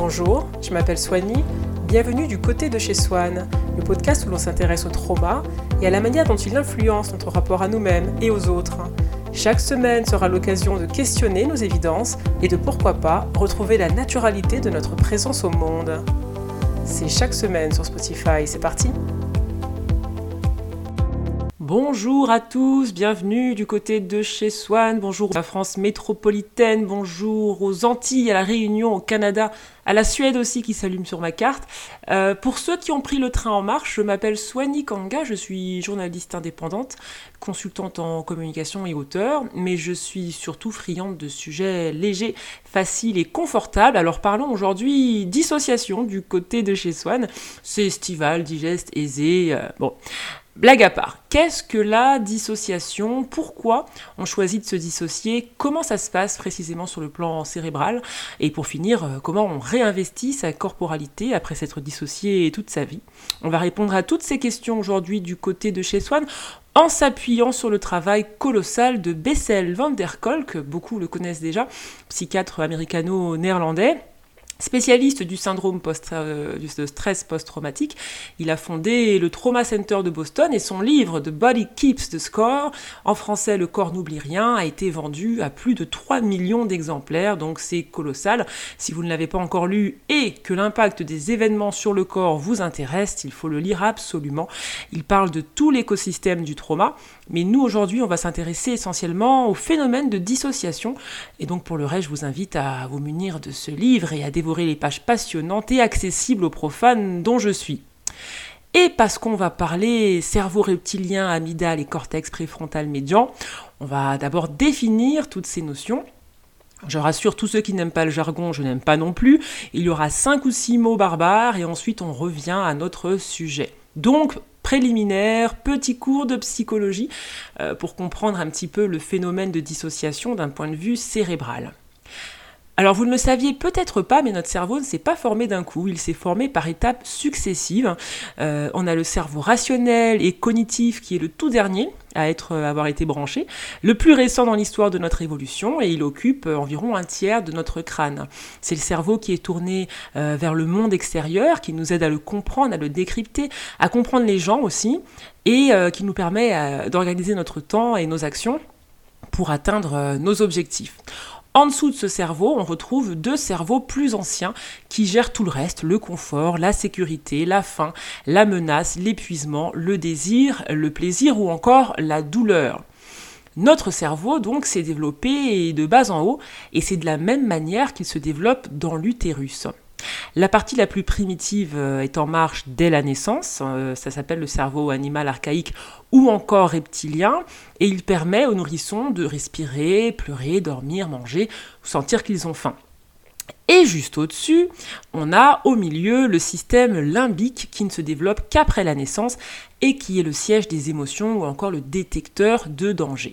Bonjour, je m'appelle Swanny, bienvenue du côté de chez Swan, le podcast où l'on s'intéresse au trauma et à la manière dont il influence notre rapport à nous-mêmes et aux autres. Chaque semaine sera l'occasion de questionner nos évidences et de pourquoi pas retrouver la naturalité de notre présence au monde. C'est chaque semaine sur Spotify, c'est parti! Bonjour à tous, bienvenue du côté de chez Swan, bonjour à la France métropolitaine, bonjour aux Antilles, à la Réunion, au Canada, à la Suède aussi qui s'allume sur ma carte. Pour ceux qui ont pris le train en marche, je m'appelle Swanny Kanga, je suis journaliste indépendante, consultante en communication et auteure, mais je suis surtout friande de sujets légers, faciles et confortables. Alors parlons aujourd'hui dissociation du côté de chez Swan, c'est estival, digeste, aisé, Blague à part, qu'est-ce que la dissociation ? Pourquoi on choisit de se dissocier ? Comment ça se passe précisément sur le plan cérébral ? Et pour finir, comment on réinvestit sa corporalité après s'être dissocié toute sa vie ? On va répondre à toutes ces questions aujourd'hui du côté de chez Swan en s'appuyant sur le travail colossal de Bessel van der Kolk, beaucoup le connaissent déjà, psychiatre américano-néerlandais. Spécialiste du syndrome de stress post-traumatique, il a fondé le Trauma Center de Boston et son livre The Body Keeps the Score, en français Le corps n'oublie rien, a été vendu à plus de 3 millions d'exemplaires, donc c'est colossal. Si vous ne l'avez pas encore lu et que l'impact des événements sur le corps vous intéresse, il faut le lire absolument. Il parle de tout l'écosystème du trauma, mais nous aujourd'hui on va s'intéresser essentiellement au phénomène de dissociation, et donc pour le reste je vous invite à vous munir de ce livre et à dévorer les pages passionnantes et accessibles aux profanes dont je suis. Et parce qu'on va parler cerveau reptilien, amygdale et cortex préfrontal médian, on va d'abord définir toutes ces notions. Je rassure tous ceux qui n'aiment pas le jargon, je n'aime pas non plus. Il y aura 5 ou 6 mots barbares et ensuite on revient à notre sujet. Donc, préliminaire, petit cours de psychologie pour comprendre un petit peu le phénomène de dissociation d'un point de vue cérébral. Alors vous ne le saviez peut-être pas, mais notre cerveau ne s'est pas formé d'un coup, il s'est formé par étapes successives. On a le cerveau rationnel et cognitif qui est le tout dernier à avoir été branché, le plus récent dans l'histoire de notre évolution, et il occupe environ un tiers de notre crâne. C'est le cerveau qui est tourné vers le monde extérieur, qui nous aide à le comprendre, à le décrypter, à comprendre les gens aussi, et qui nous permet d'organiser notre temps et nos actions pour atteindre nos objectifs. En dessous de ce cerveau, on retrouve 2 cerveaux plus anciens qui gèrent tout le reste, le confort, la sécurité, la faim, la menace, l'épuisement, le désir, le plaisir ou encore la douleur. Notre cerveau, donc, s'est développé de bas en haut et c'est de la même manière qu'il se développe dans l'utérus. La partie la plus primitive est en marche dès la naissance, ça s'appelle le cerveau animal archaïque ou encore reptilien, et il permet aux nourrissons de respirer, pleurer, dormir, manger, sentir qu'ils ont faim. Et juste au-dessus, on a au milieu le système limbique qui ne se développe qu'après la naissance et qui est le siège des émotions ou encore le détecteur de danger.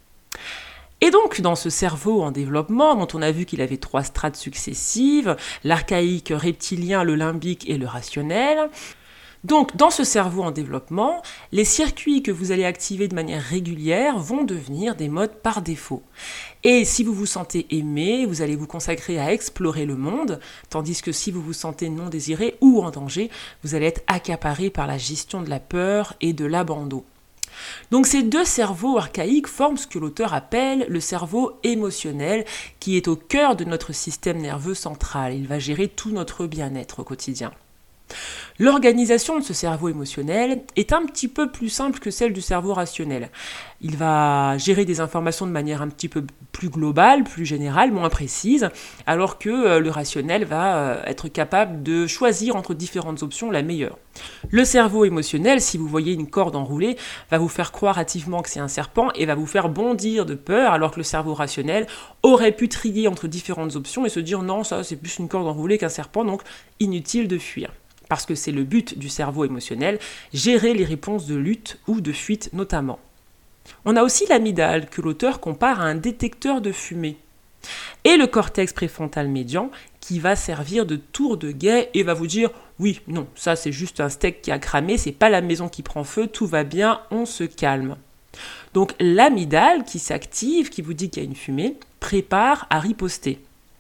Et donc, dans ce cerveau en développement, dont on a vu qu'il avait 3 strates successives, l'archaïque, reptilien, le limbique et le rationnel, donc dans ce cerveau en développement, les circuits que vous allez activer de manière régulière vont devenir des modes par défaut. Et si vous vous sentez aimé, vous allez vous consacrer à explorer le monde, tandis que si vous vous sentez non désiré ou en danger, vous allez être accaparé par la gestion de la peur et de l'abandon. Donc ces 2 cerveaux archaïques forment ce que l'auteur appelle le cerveau émotionnel, qui est au cœur de notre système nerveux central. Il va gérer tout notre bien-être au quotidien. L'organisation de ce cerveau émotionnel est un petit peu plus simple que celle du cerveau rationnel. Il va gérer des informations de manière un petit peu plus globale, plus générale, moins précise, alors que le rationnel va être capable de choisir entre différentes options la meilleure. Le cerveau émotionnel, si vous voyez une corde enroulée, va vous faire croire hâtivement que c'est un serpent et va vous faire bondir de peur, alors que le cerveau rationnel aurait pu trier entre différentes options et se dire non, ça c'est plus une corde enroulée qu'un serpent, donc inutile de fuir. Parce que c'est le but du cerveau émotionnel, gérer les réponses de lutte ou de fuite notamment. On a aussi l'amygdale, que l'auteur compare à un détecteur de fumée. Et le cortex préfrontal médian, qui va servir de tour de guet et va vous dire « Oui, non, ça c'est juste un steak qui a cramé, c'est pas la maison qui prend feu, tout va bien, on se calme ». Donc l'amygdale qui s'active, qui vous dit qu'il y a une fumée, prépare à riposter.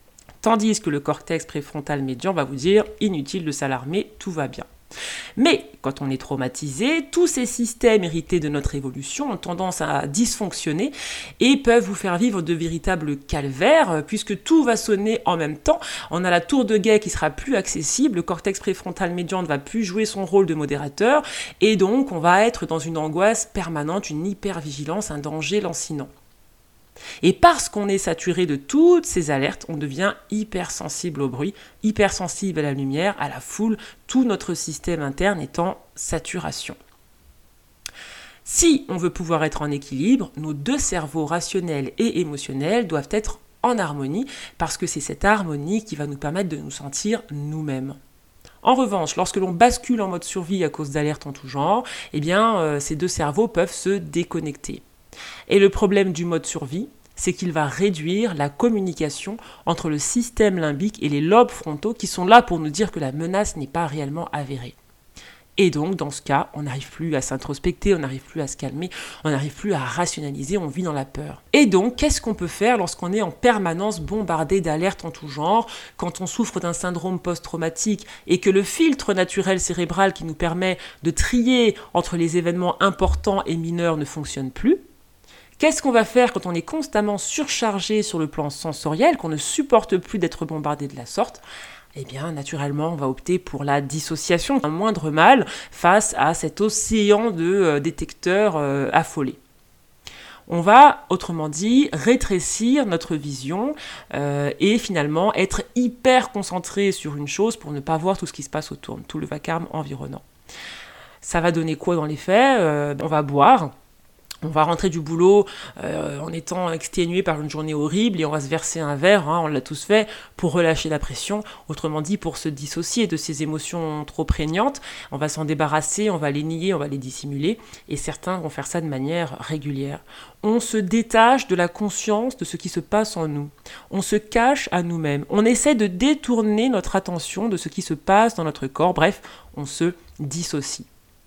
Tandis que le cortex préfrontal médian va vous dire « inutile de s'alarmer, tout va bien ». Mais quand on est traumatisé, tous ces systèmes hérités de notre évolution ont tendance à dysfonctionner et peuvent vous faire vivre de véritables calvaires puisque tout va sonner en même temps. On a la tour de guet qui sera plus accessible, le cortex préfrontal médian ne va plus jouer son rôle de modérateur et donc on va être dans une angoisse permanente, une hypervigilance, un danger lancinant. Et parce qu'on est saturé de toutes ces alertes, on devient hypersensible au bruit, hypersensible à la lumière, à la foule, tout notre système interne est en saturation. Si on veut pouvoir être en équilibre, nos deux cerveaux rationnels et émotionnels doivent être en harmonie, parce que c'est cette harmonie qui va nous permettre de nous sentir nous-mêmes. En revanche, lorsque l'on bascule en mode survie à cause d'alertes en tout genre, ces deux cerveaux peuvent se déconnecter. Et le problème du mode survie, c'est qu'il va réduire la communication entre le système limbique et les lobes frontaux qui sont là pour nous dire que la menace n'est pas réellement avérée. Et donc, dans ce cas, on n'arrive plus à s'introspecter, on n'arrive plus à se calmer, on n'arrive plus à rationaliser, on vit dans la peur. Et donc, qu'est-ce qu'on peut faire lorsqu'on est en permanence bombardé d'alertes en tout genre, quand on souffre d'un syndrome post-traumatique et que le filtre naturel cérébral qui nous permet de trier entre les événements importants et mineurs ne fonctionne plus ? Qu'est-ce qu'on va faire quand on est constamment surchargé sur le plan sensoriel, qu'on ne supporte plus d'être bombardé de la sorte ? Naturellement, on va opter pour la dissociation, un moindre mal face à cet océan de détecteurs affolés. On va, autrement dit, rétrécir notre vision et finalement être hyper concentré sur une chose pour ne pas voir tout ce qui se passe autour, tout le vacarme environnant. Ça va donner quoi dans les faits ? On va boire. On va rentrer du boulot en étant exténué par une journée horrible et on va se verser un verre, on l'a tous fait, pour relâcher la pression, autrement dit pour se dissocier de ces émotions trop prégnantes. On va s'en débarrasser, on va les nier, on va les dissimuler et certains vont faire ça de manière régulière. On se détache de la conscience de ce qui se passe en nous. On se cache à nous-mêmes. On essaie de détourner notre attention de ce qui se passe dans notre corps. Bref, on se dissocie.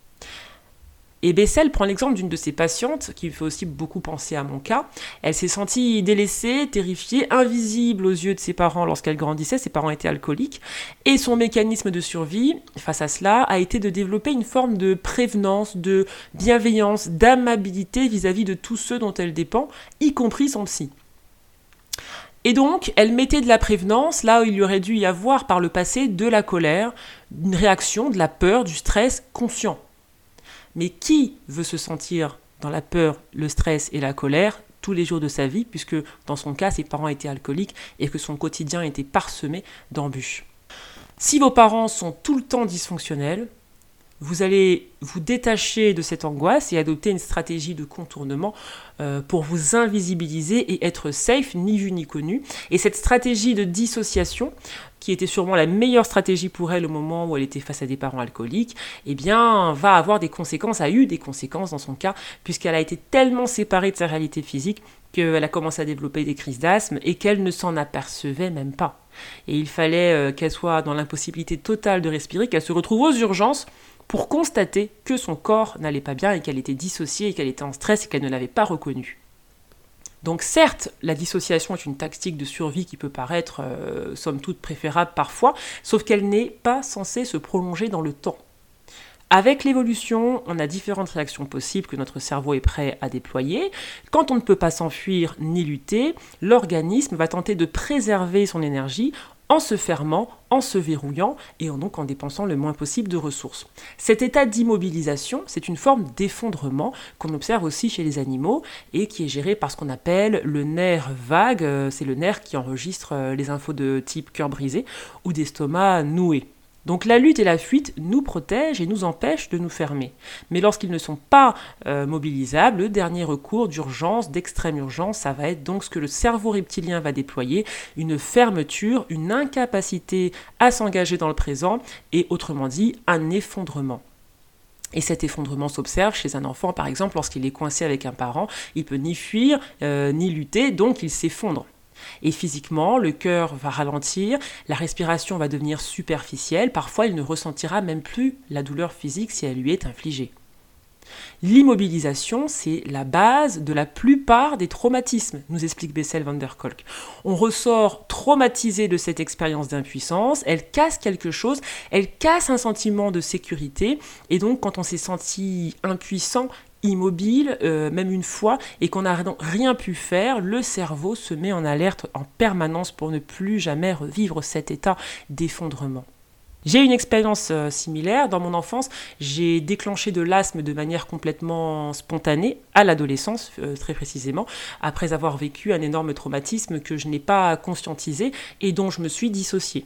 Et Bessel prend l'exemple d'une de ses patientes, qui me fait aussi beaucoup penser à mon cas. Elle s'est sentie délaissée, terrifiée, invisible aux yeux de ses parents lorsqu'elle grandissait. Ses parents étaient alcooliques. Et son mécanisme de survie, face à cela, a été de développer une forme de prévenance, de bienveillance, d'amabilité vis-à-vis de tous ceux dont elle dépend, y compris son psy. Et donc, elle mettait de la prévenance là où il y aurait dû y avoir par le passé de la colère, une réaction, de la peur, du stress conscient. Mais qui veut se sentir dans la peur, le stress et la colère tous les jours de sa vie, puisque dans son cas, ses parents étaient alcooliques et que son quotidien était parsemé d'embûches. Si vos parents sont tout le temps dysfonctionnels, vous allez vous détacher de cette angoisse et adopter une stratégie de contournement pour vous invisibiliser et être safe, ni vu ni connu. Et cette stratégie de dissociation, qui était sûrement la meilleure stratégie pour elle au moment où elle était face à des parents alcooliques, va avoir des conséquences, a eu des conséquences dans son cas, puisqu'elle a été tellement séparée de sa réalité physique qu'elle a commencé à développer des crises d'asthme et qu'elle ne s'en apercevait même pas. Et il fallait qu'elle soit dans l'impossibilité totale de respirer, qu'elle se retrouve aux urgences pour constater que son corps n'allait pas bien et qu'elle était dissociée et qu'elle était en stress et qu'elle ne l'avait pas reconnu. Donc certes, la dissociation est une tactique de survie qui peut paraître, somme toute, préférable parfois, sauf qu'elle n'est pas censée se prolonger dans le temps. Avec l'évolution, on a différentes réactions possibles que notre cerveau est prêt à déployer. Quand on ne peut pas s'enfuir ni lutter, l'organisme va tenter de préserver son énergie en se fermant, en se verrouillant et donc en dépensant le moins possible de ressources. Cet état d'immobilisation, c'est une forme d'effondrement qu'on observe aussi chez les animaux et qui est géré par ce qu'on appelle le nerf vague. C'est le nerf qui enregistre les infos de type cœur brisé ou d'estomac noué. Donc la lutte et la fuite nous protègent et nous empêchent de nous fermer. Mais lorsqu'ils ne sont pas mobilisables, le dernier recours d'urgence, d'extrême urgence, ça va être donc ce que le cerveau reptilien va déployer, une fermeture, une incapacité à s'engager dans le présent et autrement dit un effondrement. Et cet effondrement s'observe chez un enfant par exemple lorsqu'il est coincé avec un parent, il peut ni fuir ni lutter, donc il s'effondre. Et physiquement, le cœur va ralentir, la respiration va devenir superficielle, parfois il ne ressentira même plus la douleur physique si elle lui est infligée. L'immobilisation, c'est la base de la plupart des traumatismes, nous explique Bessel van der Kolk. On ressort traumatisé de cette expérience d'impuissance, elle casse quelque chose, elle casse un sentiment de sécurité, et donc quand on s'est senti impuissant, immobile, même une fois, et qu'on n'a rien pu faire, le cerveau se met en alerte en permanence pour ne plus jamais revivre cet état d'effondrement. J'ai une expérience similaire. Dans mon enfance, j'ai déclenché de l'asthme de manière complètement spontanée, à l'adolescence très précisément, après avoir vécu un énorme traumatisme que je n'ai pas conscientisé et dont je me suis dissociée.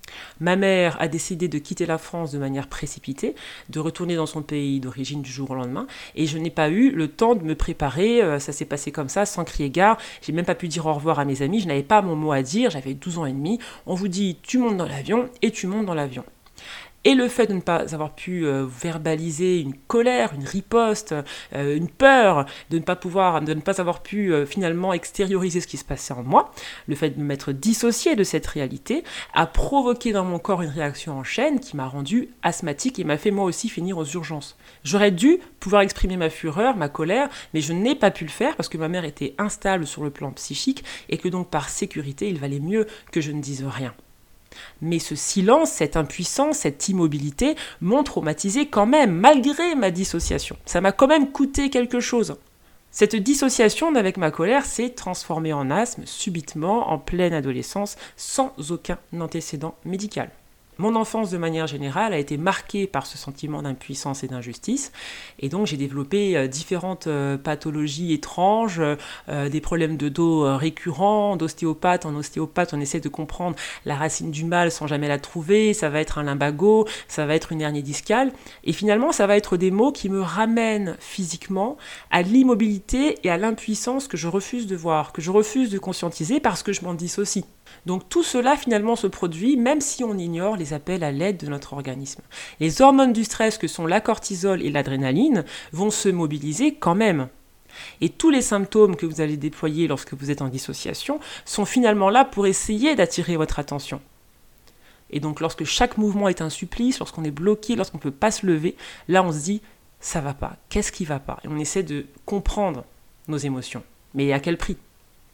Ma mère a décidé de quitter la France de manière précipitée, de retourner dans son pays d'origine du jour au lendemain, et je n'ai pas eu le temps de me préparer, ça s'est passé comme ça, sans crier gare, j'ai même pas pu dire au revoir à mes amis, je n'avais pas mon mot à dire, j'avais 12 ans et demi, on vous dit tu montes dans l'avion, et tu montes dans l'avion. Et le fait de ne pas avoir pu verbaliser une colère, une riposte, une peur, de ne pas avoir pu finalement extérioriser ce qui se passait en moi, le fait de m'être dissocié de cette réalité, a provoqué dans mon corps une réaction en chaîne qui m'a rendu asthmatique et m'a fait moi aussi finir aux urgences. J'aurais dû pouvoir exprimer ma fureur, ma colère, mais je n'ai pas pu le faire parce que ma mère était instable sur le plan psychique et que donc par sécurité, il valait mieux que je ne dise rien. Mais ce silence, cette impuissance, cette immobilité m'ont traumatisé quand même, malgré ma dissociation. Ça m'a quand même coûté quelque chose. Cette dissociation avec ma colère s'est transformée en asthme subitement, en pleine adolescence, sans aucun antécédent médical. Mon enfance, de manière générale, a été marquée par ce sentiment d'impuissance et d'injustice. Et donc, j'ai développé différentes pathologies étranges, des problèmes de dos récurrents, d'ostéopathe. En ostéopathe, on essaie de comprendre la racine du mal sans jamais la trouver. Ça va être un lumbago, ça va être une hernie discale. Et finalement, ça va être des mots qui me ramènent physiquement à l'immobilité et à l'impuissance que je refuse de voir, que je refuse de conscientiser parce que je m'en dissocie. Donc tout cela finalement se produit même si on ignore les appels à l'aide de notre organisme. Les hormones du stress que sont la cortisol et l'adrénaline vont se mobiliser quand même. Et tous les symptômes que vous allez déployer lorsque vous êtes en dissociation sont finalement là pour essayer d'attirer votre attention. Et donc lorsque chaque mouvement est un supplice, lorsqu'on est bloqué, lorsqu'on ne peut pas se lever, là on se dit ça va pas, qu'est-ce qui va pas ? Et on essaie de comprendre nos émotions. Mais à quel prix ?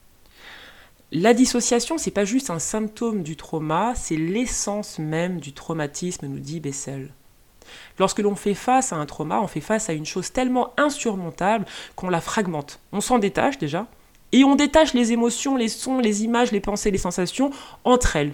La dissociation, c'est pas juste un symptôme du trauma, c'est l'essence même du traumatisme, nous dit Bessel. Lorsque l'on fait face à un trauma, on fait face à une chose tellement insurmontable qu'on la fragmente. On s'en détache déjà, et on détache les émotions, les sons, les images, les pensées, les sensations entre elles.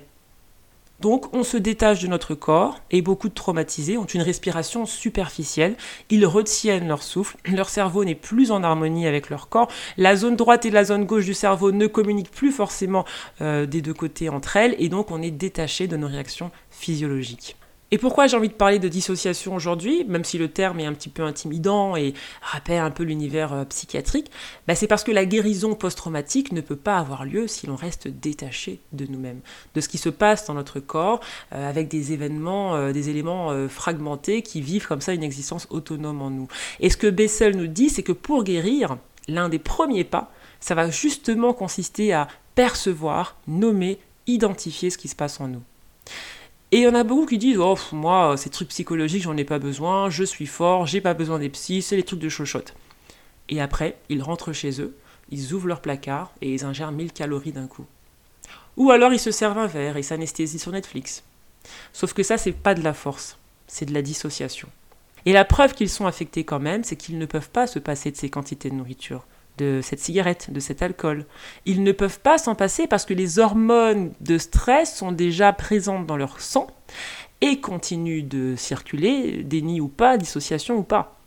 Donc on se détache de notre corps, et beaucoup de traumatisés ont une respiration superficielle, ils retiennent leur souffle, leur cerveau n'est plus en harmonie avec leur corps, la zone droite et la zone gauche du cerveau ne communiquent plus forcément des deux côtés entre elles, et donc on est détaché de nos réactions physiologiques. Et pourquoi j'ai envie de parler de dissociation aujourd'hui, même si le terme est un petit peu intimidant et rappelle un peu l'univers psychiatrique, c'est parce que la guérison post-traumatique ne peut pas avoir lieu si l'on reste détaché de nous-mêmes, de ce qui se passe dans notre corps, avec des événements, des éléments fragmentés qui vivent comme ça une existence autonome en nous. Et ce que Bessel nous dit, c'est que pour guérir, l'un des premiers pas, ça va justement consister à percevoir, nommer, identifier ce qui se passe en nous. Et il y en a beaucoup qui disent « Oh, moi, ces trucs psychologiques, j'en ai pas besoin, je suis fort, j'ai pas besoin des psys, c'est les trucs de chochotte. » Et après, ils rentrent chez eux, ils ouvrent leur placard et ils ingèrent 1000 calories d'un coup. Ou alors ils se servent un verre et s'anesthésient sur Netflix. Sauf que ça, c'est pas de la force, c'est de la dissociation. Et la preuve qu'ils sont affectés quand même, c'est qu'ils ne peuvent pas se passer de ces quantités de nourriture, de cette cigarette, de cet alcool. Ils ne peuvent pas s'en passer parce que les hormones de stress sont déjà présentes dans leur sang et continuent de circuler, déni ou pas, dissociation ou pas.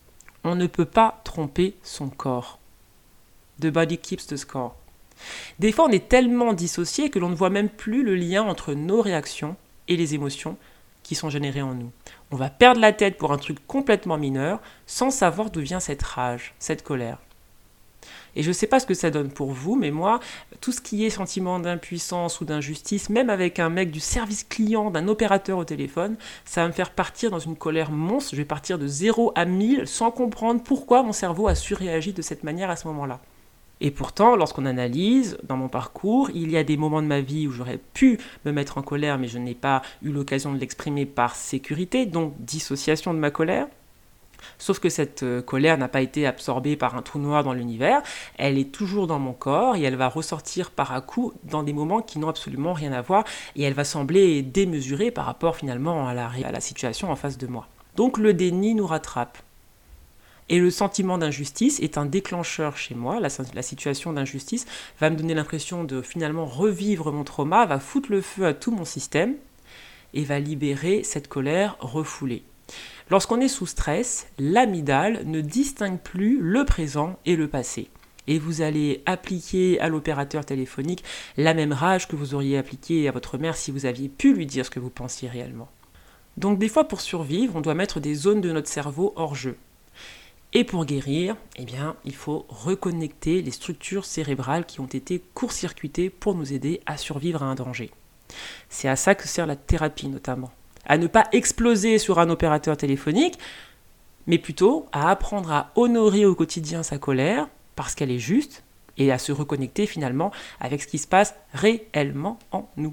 On ne peut pas tromper son corps. The body keeps the score. Des fois, on est tellement dissocié que l'on ne voit même plus le lien entre nos réactions et les émotions qui sont générées en nous. On va perdre la tête pour un truc complètement mineur sans savoir d'où vient cette rage, cette colère. Et je ne sais pas ce que ça donne pour vous, mais moi, tout ce qui est sentiment d'impuissance ou d'injustice, même avec un mec du service client, d'un opérateur au téléphone, ça va me faire partir dans une colère monstre. Je vais partir de 0 à 1000 sans comprendre pourquoi mon cerveau a surréagi de cette manière à ce moment-là. Et pourtant, lorsqu'on analyse, dans mon parcours, il y a des moments de ma vie où j'aurais pu me mettre en colère, mais je n'ai pas eu l'occasion de l'exprimer par sécurité, donc dissociation de ma colère. Sauf que cette colère n'a pas été absorbée par un trou noir dans l'univers, elle est toujours dans mon corps et elle va ressortir par à coup dans des moments qui n'ont absolument rien à voir et elle va sembler démesurée par rapport finalement à la situation en face de moi. Donc le déni nous rattrape. Et le sentiment d'injustice est un déclencheur chez moi. La situation d'injustice va me donner l'impression de finalement revivre mon trauma, va foutre le feu à tout mon système et va libérer cette colère refoulée. Lorsqu'on est sous stress, l'amygdale ne distingue plus le présent et le passé. Et vous allez appliquer à l'opérateur téléphonique la même rage que vous auriez appliquée à votre mère si vous aviez pu lui dire ce que vous pensiez réellement. Donc des fois pour survivre, on doit mettre des zones de notre cerveau hors jeu. Et pour guérir, il faut reconnecter les structures cérébrales qui ont été court-circuitées pour nous aider à survivre à un danger. C'est à ça que sert la thérapie notamment. À ne pas exploser sur un opérateur téléphonique, mais plutôt à apprendre à honorer au quotidien sa colère, parce qu'elle est juste, et à se reconnecter finalement avec ce qui se passe réellement en nous.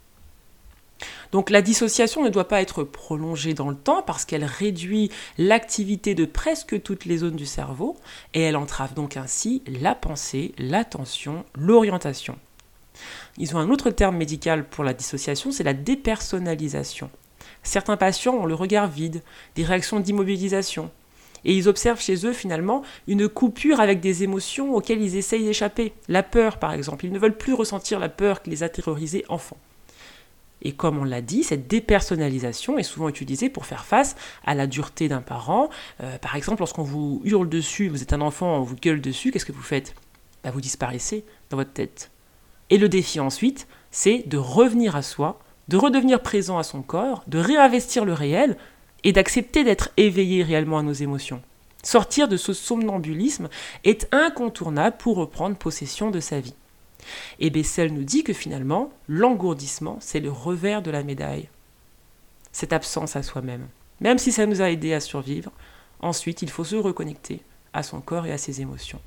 Donc la dissociation ne doit pas être prolongée dans le temps parce qu'elle réduit l'activité de presque toutes les zones du cerveau et elle entrave donc ainsi la pensée, l'attention, l'orientation. Ils ont un autre terme médical pour la dissociation, c'est la dépersonnalisation. Certains patients ont le regard vide, des réactions d'immobilisation. Et ils observent chez eux finalement une coupure avec des émotions auxquelles ils essayent d'échapper. La peur par exemple, ils ne veulent plus ressentir la peur qui les a terrorisés enfants. Et comme on l'a dit, cette dépersonnalisation est souvent utilisée pour faire face à la dureté d'un parent. Par exemple, lorsqu'on vous hurle dessus, vous êtes un enfant, on vous gueule dessus, qu'est-ce que vous faites ? Vous disparaissez dans votre tête. Et le défi ensuite, c'est de revenir à soi, de redevenir présent à son corps, de réinvestir le réel et d'accepter d'être éveillé réellement à nos émotions. Sortir de ce somnambulisme est incontournable pour reprendre possession de sa vie. Et Bessel nous dit que finalement, l'engourdissement, c'est le revers de la médaille. Cette absence à soi-même. Même si ça nous a aidés à survivre, ensuite, il faut se reconnecter à son corps et à ses émotions.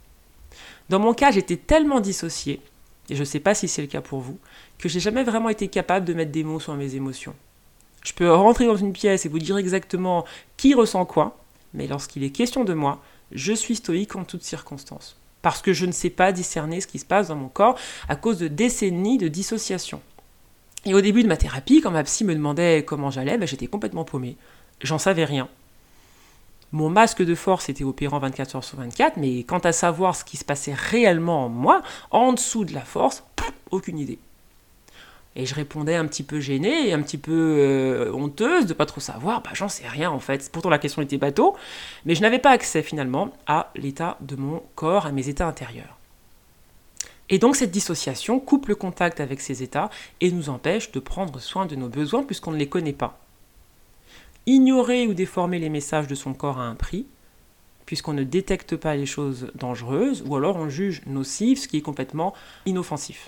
Dans mon cas, j'étais tellement dissociée, et je ne sais pas si c'est le cas pour vous, que j'ai jamais vraiment été capable de mettre des mots sur mes émotions. Je peux rentrer dans une pièce et vous dire exactement qui ressent quoi, mais lorsqu'il est question de moi, je suis stoïque en toutes circonstances. Parce que je ne sais pas discerner ce qui se passe dans mon corps à cause de décennies de dissociation. Et au début de ma thérapie, quand ma psy me demandait comment j'allais, j'étais complètement paumée. J'en savais rien. Mon masque de force était opérant 24 heures sur 24, mais quant à savoir ce qui se passait réellement en moi, en dessous de la force, aucune idée. Et je répondais un petit peu gênée et un petit peu honteuse de pas trop savoir, j'en sais rien en fait. Pourtant la question était bateau, mais je n'avais pas accès finalement à l'état de mon corps, à mes états intérieurs. Et donc cette dissociation coupe le contact avec ces états et nous empêche de prendre soin de nos besoins puisqu'on ne les connaît pas. Ignorer ou déformer les messages de son corps a un prix, puisqu'on ne détecte pas les choses dangereuses ou alors on juge nocives, ce qui est complètement inoffensif.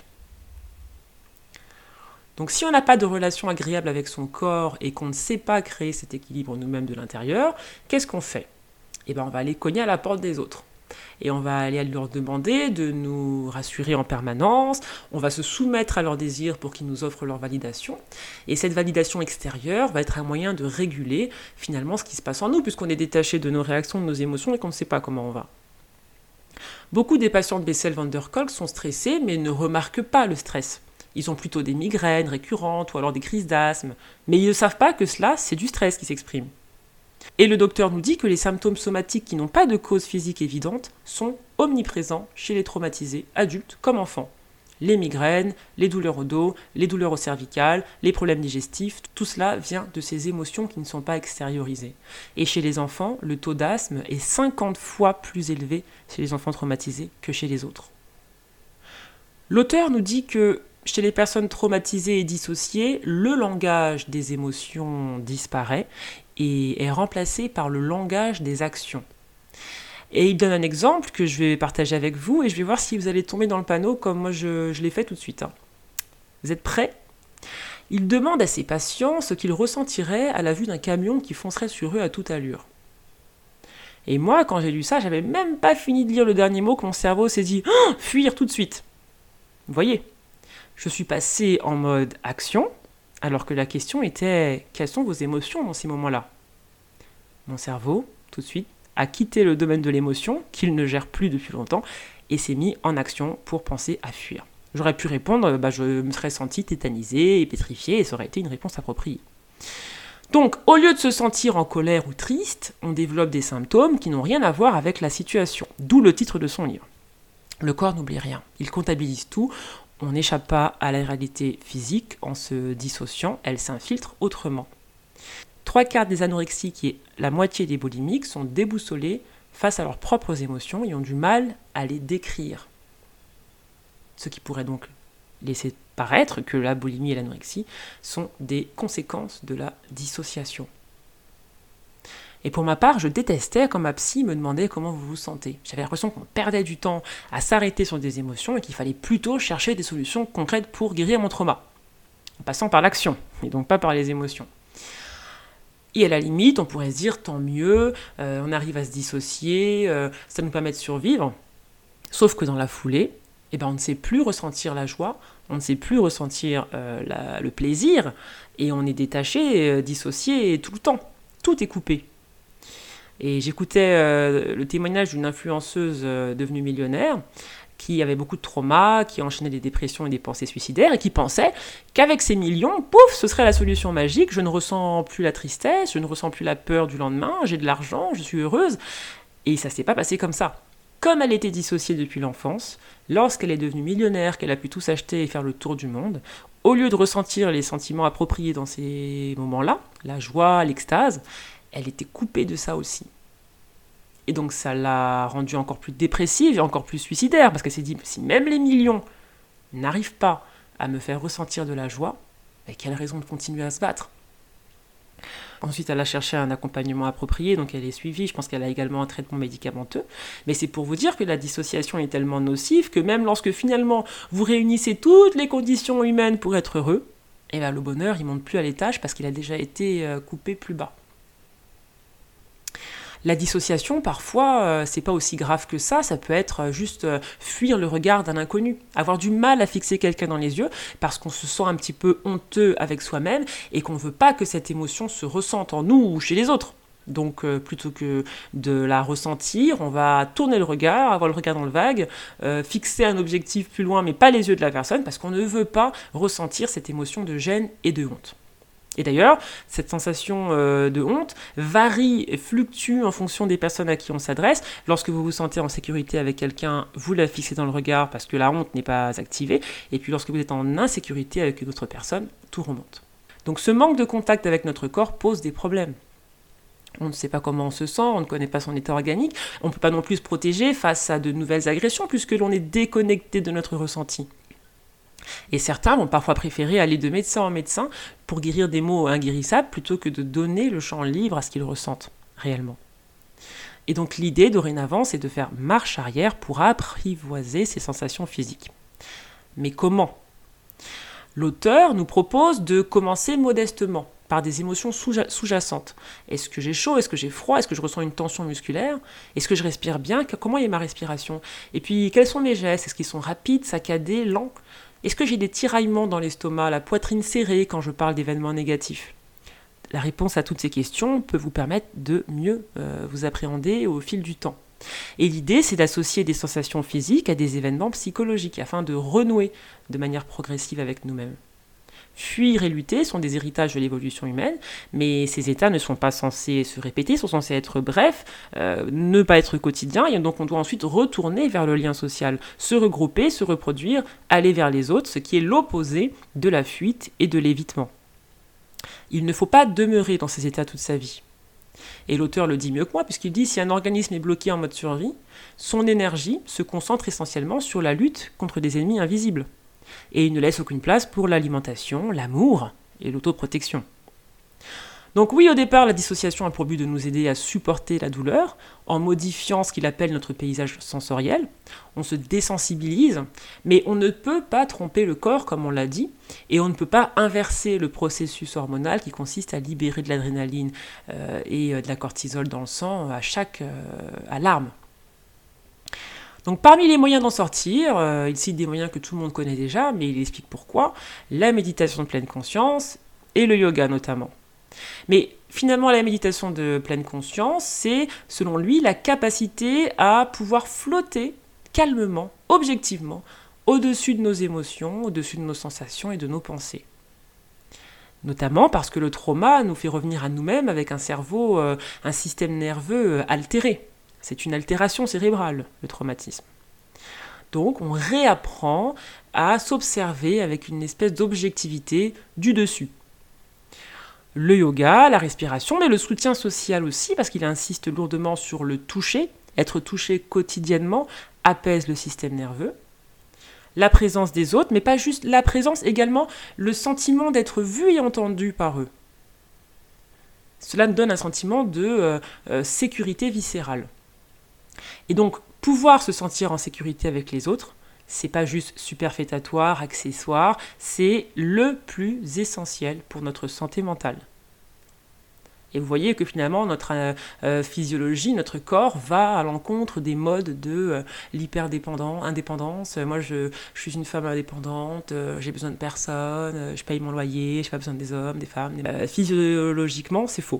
Donc si on n'a pas de relation agréable avec son corps et qu'on ne sait pas créer cet équilibre nous-mêmes de l'intérieur, qu'est-ce qu'on fait ? On va aller cogner à la porte des autres. Et on va aller leur demander de nous rassurer en permanence, on va se soumettre à leurs désirs pour qu'ils nous offrent leur validation. Et cette validation extérieure va être un moyen de réguler finalement ce qui se passe en nous, puisqu'on est détaché de nos réactions, de nos émotions et qu'on ne sait pas comment on va. Beaucoup des patients de Bessel-van der Kolk sont stressés mais ne remarquent pas le stress. Ils ont plutôt des migraines récurrentes ou alors des crises d'asthme. Mais ils ne savent pas que cela, c'est du stress qui s'exprime. Et le docteur nous dit que les symptômes somatiques qui n'ont pas de cause physique évidente sont omniprésents chez les traumatisés, adultes comme enfants. Les migraines, les douleurs au dos, les douleurs au cervical, les problèmes digestifs, tout cela vient de ces émotions qui ne sont pas extériorisées. Et chez les enfants, le taux d'asthme est 50 fois plus élevé chez les enfants traumatisés que chez les autres. L'auteur nous dit que chez les personnes traumatisées et dissociées, le langage des émotions disparaît et est remplacé par le langage des actions. Et il donne un exemple que je vais partager avec vous et je vais voir si vous allez tomber dans le panneau comme moi je l'ai fait tout de suite. Vous êtes prêts ? Il demande à ses patients ce qu'ils ressentiraient à la vue d'un camion qui foncerait sur eux à toute allure. Et moi, quand j'ai lu ça, j'avais même pas fini de lire le dernier mot que mon cerveau s'est dit « fuir tout de suite ». Vous voyez ? Je suis passé en mode action, alors que la question était « quelles sont vos émotions dans ces moments-là ?» Mon cerveau tout de suite, a quitté le domaine de l'émotion, qu'il ne gère plus depuis longtemps, et s'est mis en action pour penser à fuir. J'aurais pu répondre, je me serais senti tétanisé et pétrifié, et ça aurait été une réponse appropriée. Donc, au lieu de se sentir en colère ou triste, on développe des symptômes qui n'ont rien à voir avec la situation, d'où le titre de son livre. Le corps n'oublie rien, il comptabilise tout, on n'échappe pas à la réalité physique en se dissociant, elle s'infiltre autrement. 3/4 des anorexiques et la moitié des boulimiques sont déboussolés face à leurs propres émotions et ont du mal à les décrire. Ce qui pourrait donc laisser paraître que la boulimie et l'anorexie sont des conséquences de la dissociation. Et pour ma part, je détestais quand ma psy me demandait comment vous vous sentez. J'avais l'impression qu'on perdait du temps à s'arrêter sur des émotions et qu'il fallait plutôt chercher des solutions concrètes pour guérir mon trauma, en passant par l'action, et donc pas par les émotions. Et à la limite, on pourrait se dire, tant mieux, on arrive à se dissocier, ça nous permet de survivre. Sauf que dans la foulée, on ne sait plus ressentir la joie, on ne sait plus ressentir le plaisir, et on est détaché, dissocié tout le temps. Tout est coupé. Et j'écoutais le témoignage d'une influenceuse devenue millionnaire, qui avait beaucoup de traumas, qui enchaînait des dépressions et des pensées suicidaires, et qui pensait qu'avec ces millions, pouf, ce serait la solution magique, je ne ressens plus la tristesse, je ne ressens plus la peur du lendemain, j'ai de l'argent, je suis heureuse. Et ça ne s'est pas passé comme ça. Comme elle était dissociée depuis l'enfance, lorsqu'elle est devenue millionnaire, qu'elle a pu tout s'acheter et faire le tour du monde, au lieu de ressentir les sentiments appropriés dans ces moments-là, la joie, l'extase, elle était coupée de ça aussi. Et donc ça l'a rendue encore plus dépressive et encore plus suicidaire, parce qu'elle s'est dit, si même les millions n'arrivent pas à me faire ressentir de la joie, quelle raison de continuer à se battre ? Ensuite, elle a cherché un accompagnement approprié, donc elle est suivie. Je pense qu'elle a également un traitement médicamenteux. Mais c'est pour vous dire que la dissociation est tellement nocive que même lorsque finalement vous réunissez toutes les conditions humaines pour être heureux, le bonheur, il ne monte plus à l'étage parce qu'il a déjà été coupé plus bas. La dissociation, parfois, c'est pas aussi grave que ça peut être juste fuir le regard d'un inconnu, avoir du mal à fixer quelqu'un dans les yeux parce qu'on se sent un petit peu honteux avec soi-même et qu'on veut pas que cette émotion se ressente en nous ou chez les autres. Donc plutôt que de la ressentir, on va tourner le regard, avoir le regard dans le vague, fixer un objectif plus loin mais pas les yeux de la personne parce qu'on ne veut pas ressentir cette émotion de gêne et de honte. Et d'ailleurs, cette sensation de honte varie et fluctue en fonction des personnes à qui on s'adresse. Lorsque vous vous sentez en sécurité avec quelqu'un, vous la fixez dans le regard parce que la honte n'est pas activée. Et puis lorsque vous êtes en insécurité avec une autre personne, tout remonte. Donc ce manque de contact avec notre corps pose des problèmes. On ne sait pas comment on se sent, on ne connaît pas son état organique. On ne peut pas non plus se protéger face à de nouvelles agressions puisque l'on est déconnecté de notre ressenti. Et certains vont parfois préférer aller de médecin en médecin pour guérir des maux inguérissables plutôt que de donner le champ libre à ce qu'ils ressentent réellement. Et donc l'idée dorénavant, c'est de faire marche arrière pour apprivoiser ces sensations physiques. Mais comment ? L'auteur nous propose de commencer modestement, par des émotions sous-jacentes. Est-ce que j'ai chaud ? Est-ce que j'ai froid ? Est-ce que je ressens une tension musculaire ? Est-ce que je respire bien ? Comment est ma respiration ? Et puis, quels sont mes gestes ? Est-ce qu'ils sont rapides, saccadés, lents ? Est-ce que j'ai des tiraillements dans l'estomac, la poitrine serrée quand je parle d'événements négatifs ? La réponse à toutes ces questions peut vous permettre de mieux vous appréhender au fil du temps. Et l'idée, c'est d'associer des sensations physiques à des événements psychologiques afin de renouer de manière progressive avec nous-mêmes. Fuir et lutter sont des héritages de l'évolution humaine, mais ces états ne sont pas censés se répéter, sont censés être brefs, ne pas être quotidiens, et donc on doit ensuite retourner vers le lien social, se regrouper, se reproduire, aller vers les autres, ce qui est l'opposé de la fuite et de l'évitement. Il ne faut pas demeurer dans ces états toute sa vie. Et l'auteur le dit mieux que moi, puisqu'il dit si un organisme est bloqué en mode survie, son énergie se concentre essentiellement sur la lutte contre des ennemis invisibles. Et il ne laisse aucune place pour l'alimentation, l'amour et l'autoprotection. Donc oui, au départ, la dissociation a pour but de nous aider à supporter la douleur en modifiant ce qu'il appelle notre paysage sensoriel. On se désensibilise, mais on ne peut pas tromper le corps, comme on l'a dit, et on ne peut pas inverser le processus hormonal qui consiste à libérer de l'adrénaline et de la cortisol dans le sang à chaque alarme. Donc parmi les moyens d'en sortir, il cite des moyens que tout le monde connaît déjà, mais il explique pourquoi, la méditation de pleine conscience et le yoga notamment. Mais finalement, la méditation de pleine conscience, c'est, selon lui, la capacité à pouvoir flotter calmement, objectivement, au-dessus de nos émotions, au-dessus de nos sensations et de nos pensées. Notamment parce que le trauma nous fait revenir à nous-mêmes avec un cerveau, un système nerveux altéré. C'est une altération cérébrale, le traumatisme. Donc on réapprend à s'observer avec une espèce d'objectivité du dessus. Le yoga, la respiration, mais le soutien social aussi, parce qu'il insiste lourdement sur le toucher. Être touché quotidiennement apaise le système nerveux. La présence des autres, mais pas juste la présence, également le sentiment d'être vu et entendu par eux. Cela nous donne un sentiment de sécurité viscérale. Et donc, pouvoir se sentir en sécurité avec les autres, c'est pas juste superfétatoire, accessoire, c'est le plus essentiel pour notre santé mentale. Et vous voyez que finalement, notre physiologie, notre corps va à l'encontre des modes de l'hyperdépendance. Moi, je suis une femme indépendante, j'ai besoin de personne, je paye mon loyer, j'ai pas besoin des hommes, des femmes. Physiologiquement, c'est faux.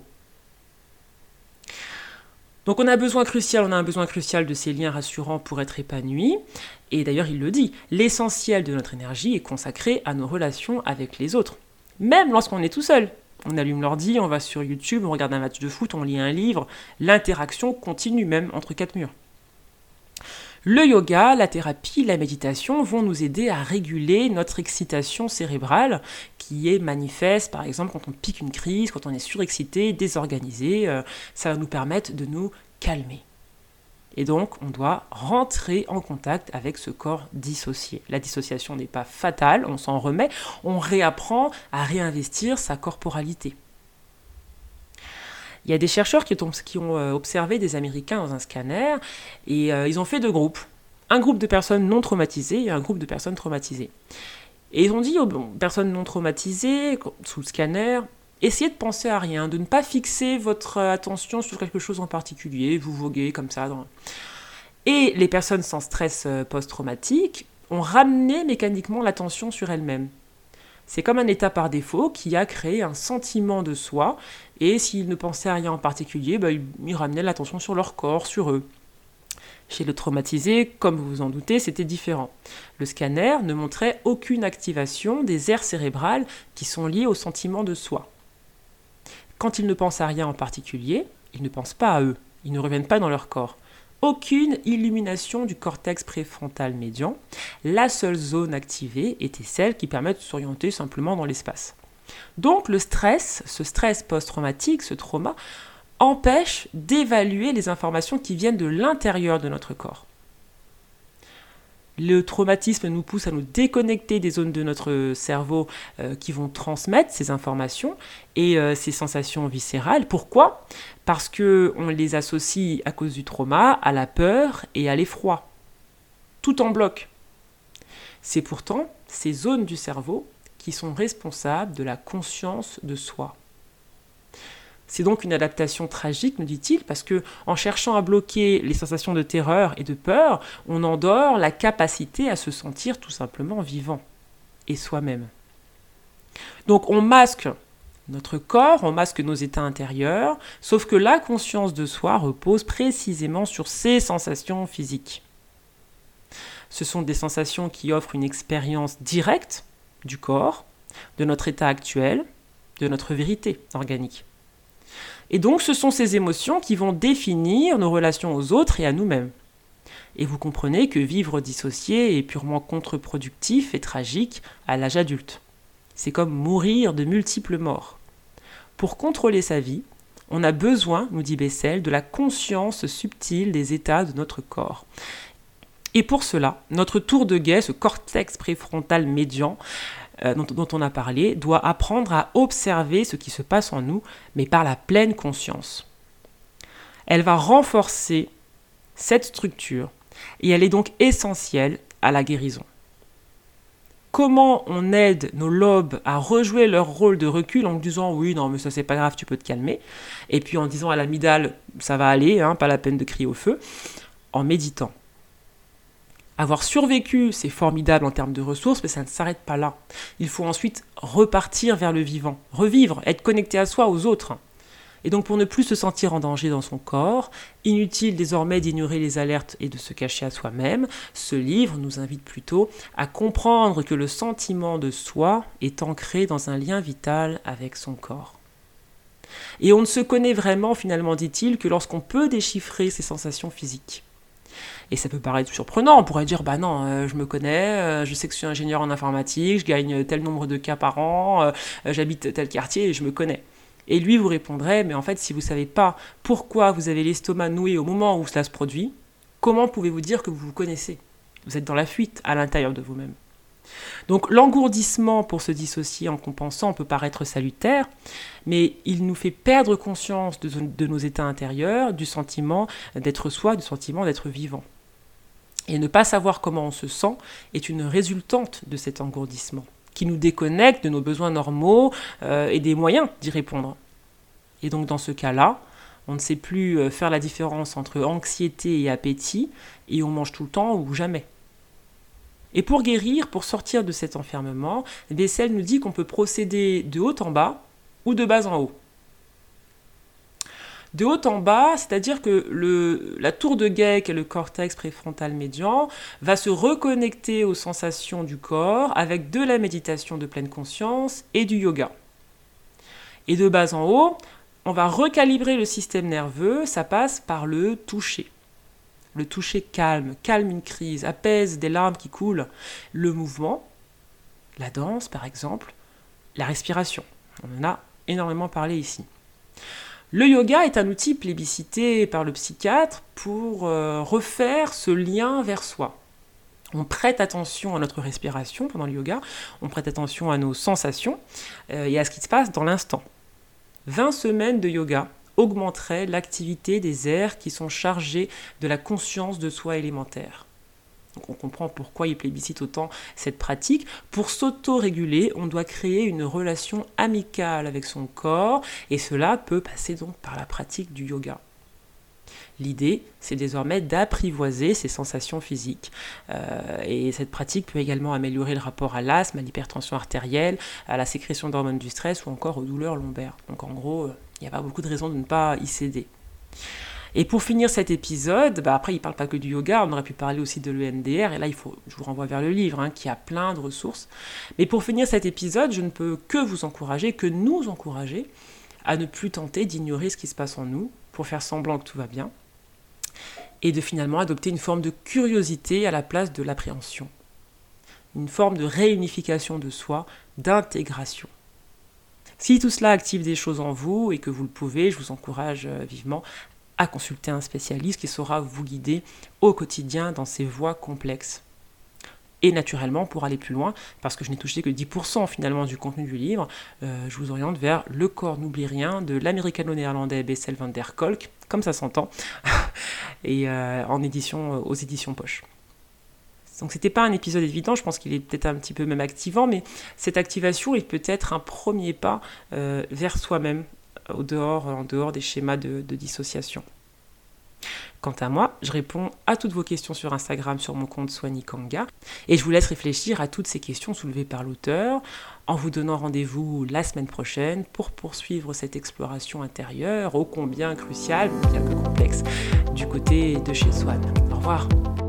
Donc on a un besoin crucial de ces liens rassurants pour être épanoui. Et d'ailleurs, il le dit, l'essentiel de notre énergie est consacré à nos relations avec les autres. Même lorsqu'on est tout seul. On allume l'ordi, on va sur YouTube, on regarde un match de foot, on lit un livre. L'interaction continue même entre quatre murs. Le yoga, la thérapie, la méditation vont nous aider à réguler notre excitation cérébrale qui est manifeste, par exemple, quand on pique une crise, quand on est surexcité, désorganisé. Ça va nous permettre de nous calmer. Et donc, on doit rentrer en contact avec ce corps dissocié. La dissociation n'est pas fatale, on s'en remet, on réapprend à réinvestir sa corporalité. Il y a des chercheurs qui ont observé des Américains dans un scanner et ils ont fait deux groupes. Un groupe de personnes non traumatisées et un groupe de personnes traumatisées. Et ils ont dit aux personnes non traumatisées, sous le scanner, essayez de penser à rien, de ne pas fixer votre attention sur quelque chose en particulier, vous voguez comme ça. Et les personnes sans stress post-traumatique ont ramené mécaniquement l'attention sur elles-mêmes. C'est comme un état par défaut qui a créé un sentiment de soi, et s'ils ne pensaient à rien en particulier, ils ramenaient l'attention sur leur corps, sur eux. Chez le traumatisé, comme vous vous en doutez, c'était différent. Le scanner ne montrait aucune activation des aires cérébrales qui sont liées au sentiment de soi. Quand ils ne pensent à rien en particulier, ils ne pensent pas à eux, ils ne reviennent pas dans leur corps. Aucune illumination du cortex préfrontal médian, la seule zone activée était celle qui permet de s'orienter simplement dans l'espace. Donc le stress, ce stress post-traumatique, ce trauma, empêche d'évaluer les informations qui viennent de l'intérieur de notre corps. Le traumatisme nous pousse à nous déconnecter des zones de notre cerveau qui vont transmettre ces informations et ces sensations viscérales. Pourquoi ? Parce qu'on les associe à cause du trauma à la peur et à l'effroi. Tout en bloc. C'est pourtant ces zones du cerveau qui sont responsables de la conscience de soi. C'est donc une adaptation tragique, nous dit-il, parce que en cherchant à bloquer les sensations de terreur et de peur, on endort la capacité à se sentir tout simplement vivant et soi-même. Donc on masque notre corps, on masque nos états intérieurs, sauf que la conscience de soi repose précisément sur ces sensations physiques. Ce sont des sensations qui offrent une expérience directe du corps, de notre état actuel, de notre vérité organique. Et donc, ce sont ces émotions qui vont définir nos relations aux autres et à nous-mêmes. Et vous comprenez que vivre dissocié est purement contre-productif et tragique à l'âge adulte. C'est comme mourir de multiples morts. Pour contrôler sa vie, on a besoin, nous dit Bessel, de la conscience subtile des états de notre corps. Et pour cela, notre tour de guet, ce cortex préfrontal médian, dont on a parlé, doit apprendre à observer ce qui se passe en nous, mais par la pleine conscience. Elle va renforcer cette structure et elle est donc essentielle à la guérison. Comment on aide nos lobes à rejouer leur rôle de recul en disant « oui, non, mais ça c'est pas grave, tu peux te calmer » et puis en disant à l'amygdale « ça va aller, pas la peine de crier au feu » en méditant. Avoir survécu, c'est formidable en termes de ressources, mais ça ne s'arrête pas là. Il faut ensuite repartir vers le vivant, revivre, être connecté à soi, aux autres. Et donc pour ne plus se sentir en danger dans son corps, inutile désormais d'ignorer les alertes et de se cacher à soi-même, ce livre nous invite plutôt à comprendre que le sentiment de soi est ancré dans un lien vital avec son corps. Et on ne se connaît vraiment, finalement, dit-il, que lorsqu'on peut déchiffrer ses sensations physiques. Et ça peut paraître surprenant, on pourrait dire, bah non, je me connais, je sais que je suis ingénieur en informatique, je gagne tel nombre de cas par an, j'habite tel quartier et je me connais. Et lui vous répondrait, mais en fait, si vous ne savez pas pourquoi vous avez l'estomac noué au moment où cela se produit, comment pouvez-vous dire que vous vous connaissez ? Vous êtes dans la fuite à l'intérieur de vous-même. Donc l'engourdissement pour se dissocier en compensant peut paraître salutaire, mais il nous fait perdre conscience de nos états intérieurs, du sentiment d'être soi, du sentiment d'être vivant. Et ne pas savoir comment on se sent est une résultante de cet engourdissement, qui nous déconnecte de nos besoins normaux et des moyens d'y répondre. Et donc dans ce cas-là, on ne sait plus faire la différence entre anxiété et appétit, et on mange tout le temps ou jamais. Et pour guérir, pour sortir de cet enfermement, Bessel nous dit qu'on peut procéder de haut en bas ou de bas en haut. De haut en bas, c'est-à-dire que la tour de Guêtres et le cortex préfrontal médian va se reconnecter aux sensations du corps avec de la méditation de pleine conscience et du yoga. Et de bas en haut, on va recalibrer le système nerveux, ça passe par le toucher. Le toucher calme une crise, apaise des larmes qui coulent. Le mouvement, la danse par exemple, la respiration. On en a énormément parlé ici. Le yoga est un outil plébiscité par le psychiatre pour refaire ce lien vers soi. On prête attention à notre respiration pendant le yoga, on prête attention à nos sensations et à ce qui se passe dans l'instant. 20 semaines de yoga augmenteraient l'activité des aires qui sont chargés de la conscience de soi élémentaire. Donc on comprend pourquoi il plébiscite autant cette pratique. Pour s'auto-réguler, on doit créer une relation amicale avec son corps et cela peut passer donc par la pratique du yoga. L'idée, c'est désormais d'apprivoiser ces sensations physiques. Et cette pratique peut également améliorer le rapport à l'asthme, à l'hypertension artérielle, à la sécrétion d'hormones du stress ou encore aux douleurs lombaires. Donc en gros, il n'y a pas beaucoup de raisons de ne pas y céder. Et pour finir cet épisode, après il ne parle pas que du yoga, on aurait pu parler aussi de l'EMDR, et là je vous renvoie vers le livre qui a plein de ressources. Mais pour finir cet épisode, je ne peux que vous encourager, que nous encourager à ne plus tenter d'ignorer ce qui se passe en nous pour faire semblant que tout va bien, et de finalement adopter une forme de curiosité à la place de l'appréhension. Une forme de réunification de soi, d'intégration. Si tout cela active des choses en vous et que vous le pouvez, je vous encourage vivement à consulter un spécialiste qui saura vous guider au quotidien dans ces voies complexes. Et naturellement, pour aller plus loin, parce que je n'ai touché que 10% finalement du contenu du livre, je vous oriente vers Le corps n'oublie rien de l'américano-néerlandais Bessel van der Kolk, comme ça s'entend, et aux éditions Poche. Donc c'était pas un épisode évident, je pense qu'il est peut-être un petit peu même activant, mais cette activation est peut-être un premier pas vers soi-même, en dehors des schémas de dissociation. Quant à moi, je réponds à toutes vos questions sur Instagram sur mon compte Soigny Kanga et je vous laisse réfléchir à toutes ces questions soulevées par l'auteur en vous donnant rendez-vous la semaine prochaine pour poursuivre cette exploration intérieure ô combien cruciale, bien que complexe, du côté de chez Swan. Au revoir.